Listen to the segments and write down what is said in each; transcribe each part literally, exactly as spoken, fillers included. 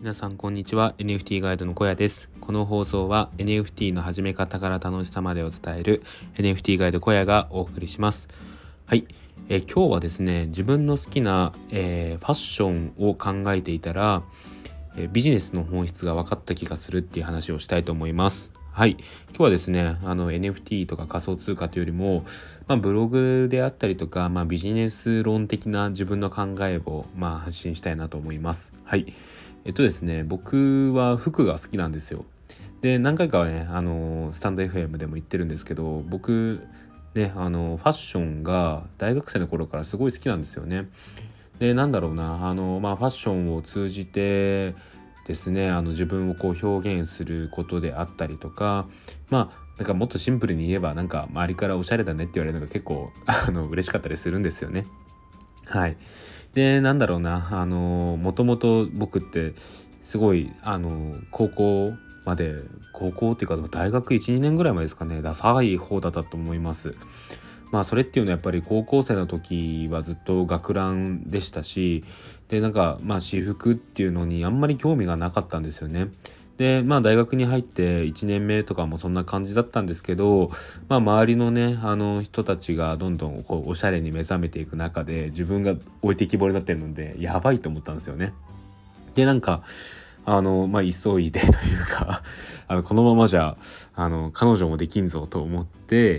皆さんこんにちは。 エヌエフティー ガイドの小屋です。この放送は エヌエフティー の始め方から楽しさまでを伝える エヌエフティー ガイド小屋がお送りします。はい、えー今日はですね、自分の好きな、えーファッションを考えていたら、えービジネスの本質が分かった気がするっていう話をしたいと思います。はい、今日はですね、あの エヌエフティー とか仮想通貨というよりも、まあ、ブログであったりとか、まあ、ビジネス論的な自分の考えを、まあ、発信したいなと思います。はい、えっとですね、僕は服が好きなんですよ。で、何回かはね、あのスタンド エフエム でも言ってるんですけど、僕ね、あのファッションが大学生の頃からすごい好きなんですよね。で、なんだろうな、あのまあファッションを通じてですね、あの自分をこう表現することであったりとか、まあなんかもっとシンプルに言えば、なんか周りからおしゃれだねって言われるのが結構あの嬉しかったりするんですよね。はい。で、なんだろうな、あのもともと僕ってすごいあの高校まで高校っていうか大学いち、にねんぐらいまでですかね、ダサい方だったと思います。まあそれっていうのはやっぱり高校生の時はずっと学ランでしたし、でなんかまあ私服っていうのにあんまり興味がなかったんですよね。でまあ大学に入っていちねんめとかもそんな感じだったんですけど、まあ周りのねあの人たちがどんどんこうおしゃれに目覚めていく中で、自分が置いてきぼりになってるのでやばいと思ったんですよね。でなんかあのまあ急いでというかあのこのままじゃあの彼女もできんぞと思って、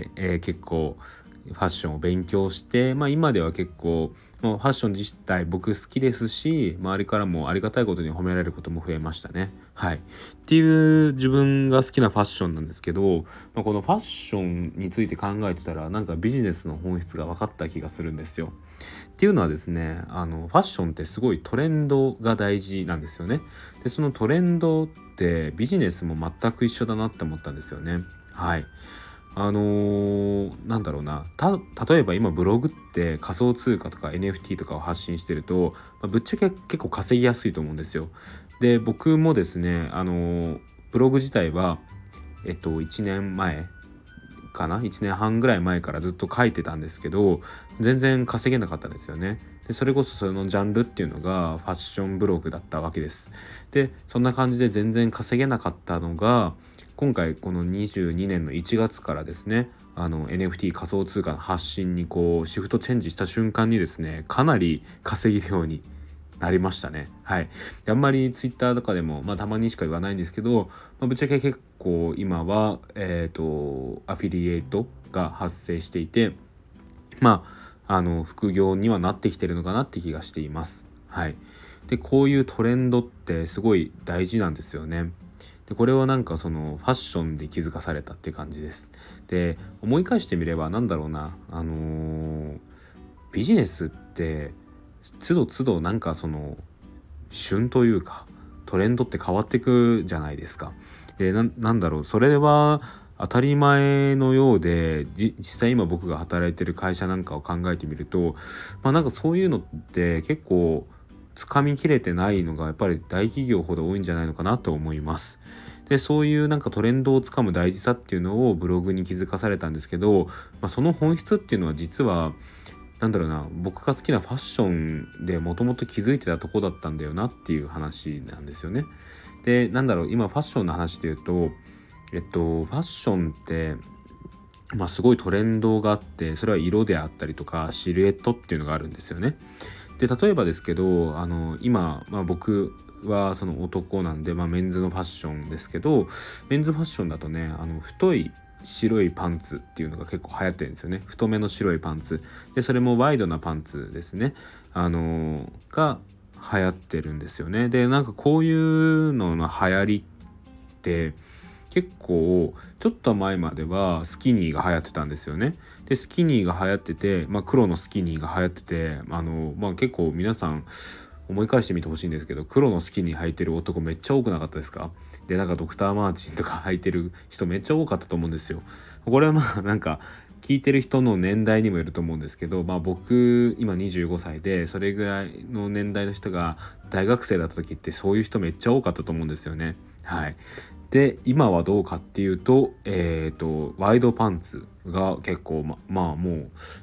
えー結構ファッションを勉強して、まあ今では結構もうファッション自体僕好きですし、周りからもありがたいことに褒められることも増えましたね。はい。っていう自分が好きなファッションなんですけど、まあ、このファッションについて考えてたら、なんかビジネスの本質が分かった気がするんですよ。っていうのはですね、あのファッションってすごいトレンドが大事なんですよね。でそのトレンドってビジネスも全く一緒だなって思ったんですよね。はい。あのーなんだろうな、た例えば今ブログって仮想通貨とか エヌエフティー とかを発信してると、まあぶっちゃけ結構稼ぎやすいと思うんですよ。で僕もですね、あのーブログ自体はえっといちねんまえかないちねんはんぐらい前からずっと書いてたんですけど、全然稼げなかったんですよね。でそれこそそのジャンルっていうのがファッションブログだったわけです。でそんな感じで全然稼げなかったのが、今回このにじゅうにねんのいちがつからですね、あの エヌエフティー 仮想通貨の発信にこうシフトチェンジした瞬間にですね、かなり稼げるようになりましたね。はい。であんまりツイッターとかでも、まあ、たまにしか言わないんですけど、まあ、ぶっちゃけ結構今は、えーと、アフィリエイトが発生していて、まあ、あの副業にはなってきてるのかなって気がしています。はい。でこういうトレンドってすごい大事なんですよね。でこれはなんかそのファッションで気づかされたっていう感じです。で思い返してみれば、なんだろうな、あのービジネスって都度都度なんかその旬というかトレンドって変わっていくじゃないですか。でななんだろう、それは当たり前のようで、じ実際今僕が働いてる会社なんかを考えてみると、まあなんかそういうのって結構つかみきれてないのがやっぱり大企業ほど多いんじゃないのかなと思います。でそういうなんかトレンドをつかむ大事さっていうのをブログに気づかされたんですけど、まあ、その本質っていうのは実はなんだろうな、僕が好きなファッションでもともと気づいてたとこだったんだよなっていう話なんですよね。でなんだろう、今ファッションの話で言うと、えっとファッションってまあすごいトレンドがあって、それは色であったりとかシルエットっていうのがあるんですよね。で例えばですけど、あの今、まあ、僕はその男なんで、まあ、メンズのファッションですけど、メンズファッションだとね、あの太い白いパンツっていうのが結構流行ってるんですよね。太めの白いパンツで、それもワイドなパンツですね、あのが流行ってるんですよね。でなんかこういうのの流行りって結構ちょっと前まではスキニーが流行ってたんですよね。でスキニーが流行ってて、まあ、黒のスキニーが流行ってて、あの、まあ、結構皆さん思い返してみてほしいんですけど、黒のスキニー履いてる男めっちゃ多くなかったですか？でなんかドクターマーチンとか履いてる人めっちゃ多かったと思うんですよ。これはまあなんか聞いてる人の年代にもよると思うんですけど、まあ僕今にじゅうごさいで、それぐらいの年代の人が大学生だった時ってそういう人めっちゃ多かったと思うんですよね。はい。で今はどうかっていうと、えーとワイドパンツが結構ままあもう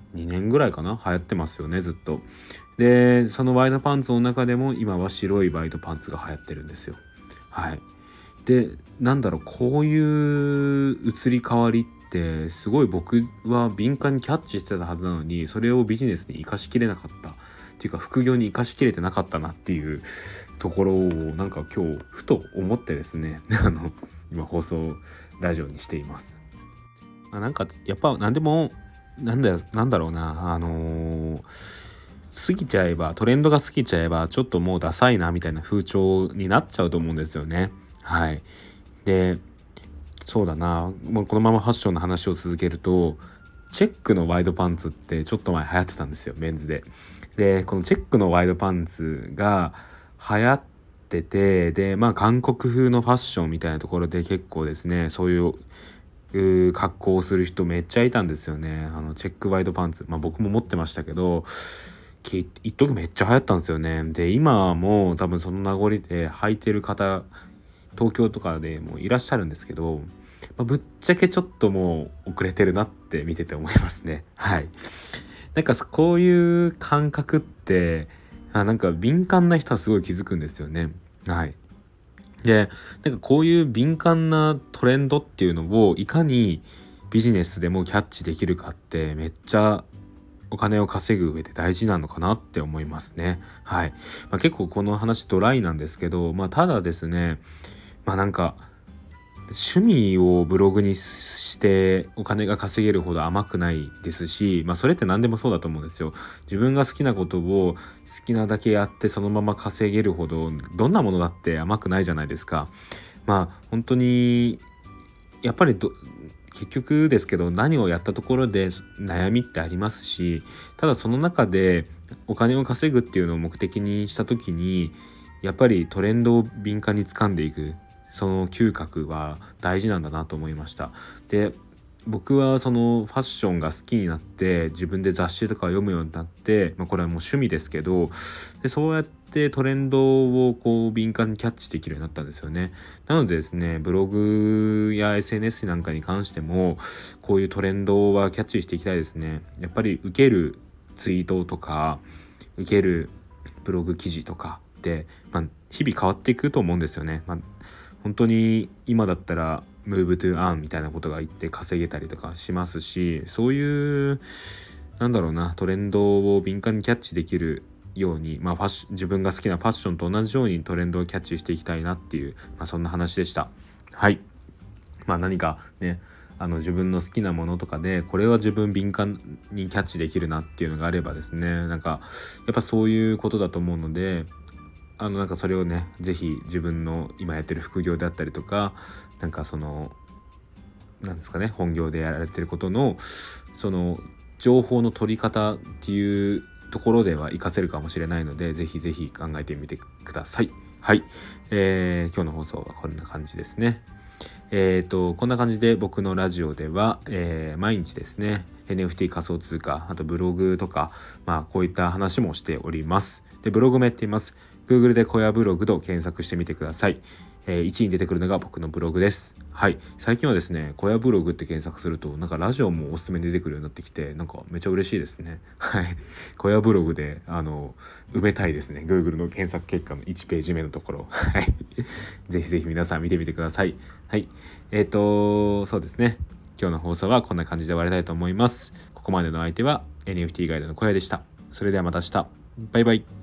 にねんぐらいかな流行ってますよね、ずっと。でそのワイドパンツの中でも今は白いワイドパンツが流行ってるんですよ。はい。でなんだろう、こういう移り変わりってすごい僕は敏感にキャッチしてたはずなのに、それをビジネスに生かしきれなかったっていうか、副業に生かしきれてなかったなっていうところをなんか今日ふと思ってですねあの今放送ラジオにしています。まあ、なんかやっぱ何でもなんだなんだろうな、あのー、過ぎちゃえばトレンドが過ぎちゃえばちょっともうダサいなみたいな風潮になっちゃうと思うんですよね。はい。でそうだな、もうこのままファッションの話を続けると、チェックのワイドパンツってちょっと前流行ってたんですよ、メンズで。でこのチェックのワイドパンツが流行ってて、でまあ韓国風のファッションみたいなところで結構ですね、そういうう格好をする人めっちゃいたんですよね。あのチェックワイドパンツ、まあ僕も持ってましたけど、き一時めっちゃ流行ったんですよね。で今も多分その名残で履いてる方東京とかでもいらっしゃるんですけど、まあ、ぶっちゃけちょっともう遅れてるなって見てて思いますね。はい。なんかこういう感覚ってあなんか敏感な人はすごい気づくんですよね。はい。でなんかこういう敏感なトレンドっていうのをいかにビジネスでもキャッチできるかってめっちゃお金を稼ぐ上で大事なのかなって思いますね。はい。まあ、結構この話ドライなんですけど、まあただですね、まあなんか趣味をブログにしてお金が稼げるほど甘くないですし、まあそれって何でもそうだと思うんですよ。自分が好きなことを好きなだけやってそのまま稼げるほどどんなものだって甘くないじゃないですか。まあ本当にやっぱりど結局ですけど何をやったところで悩みってありますし、ただその中でお金を稼ぐっていうのを目的にした時にやっぱりトレンドを敏感に掴んでいく、その嗅覚は大事なんだなと思いました。で僕はそのファッションが好きになって自分で雑誌とか読むようになって、まあ、これはもう趣味ですけど、でそうやってトレンドをこう敏感にキャッチできるようになったんですよね。なのでですね、ブログや エスエヌエス なんかに関してもこういうトレンドはキャッチしていきたいですね。やっぱり受けるツイートとか受けるブログ記事とかって、まあ、日々変わっていくと思うんですよね。まあ、本当に今だったらムーブトゥアーンみたいなことが言って稼げたりとかしますし、そういうなんだろうな、トレンドを敏感にキャッチできるように、まあ、ファッシ自分が好きなファッションと同じようにトレンドをキャッチしていきたいなっていう、まあ、そんな話でした。はい。まあ何かね、あの自分の好きなものとかでこれは自分敏感にキャッチできるなっていうのがあればですね、なんかやっぱそういうことだと思うので、あのなんかそれをねぜひ自分の今やってる副業であったりとか、なんかそのなんですかね、本業でやられてることのその情報の取り方っていうところでは活かせるかもしれないので、ぜひぜひ考えてみてください。はい、えー、今日の放送はこんな感じですね。えーとこんな感じで僕のラジオでは、えー、毎日ですね エヌエフティー 仮想通貨、あとブログとか、まあこういった話もしております。でブログもやっています。 Google で小屋ブログと検索してみてください。えー、いちいに出てくるのが僕のブログです。はい。最近はですね、小屋ブログって検索すると、なんかラジオもおすすめに出てくるようになってきて、なんかめっちゃ嬉しいですね。はい。小屋ブログで、あの、埋めたいですね。Google の検索結果のいちページ目のところ。はい。ぜひぜひ皆さん見てみてください。はい。えっと、そうですね。今日の放送はこんな感じで終わりたいと思います。ここまでの相手は エヌエフティー ガイドの小屋でした。それではまた明日。バイバイ。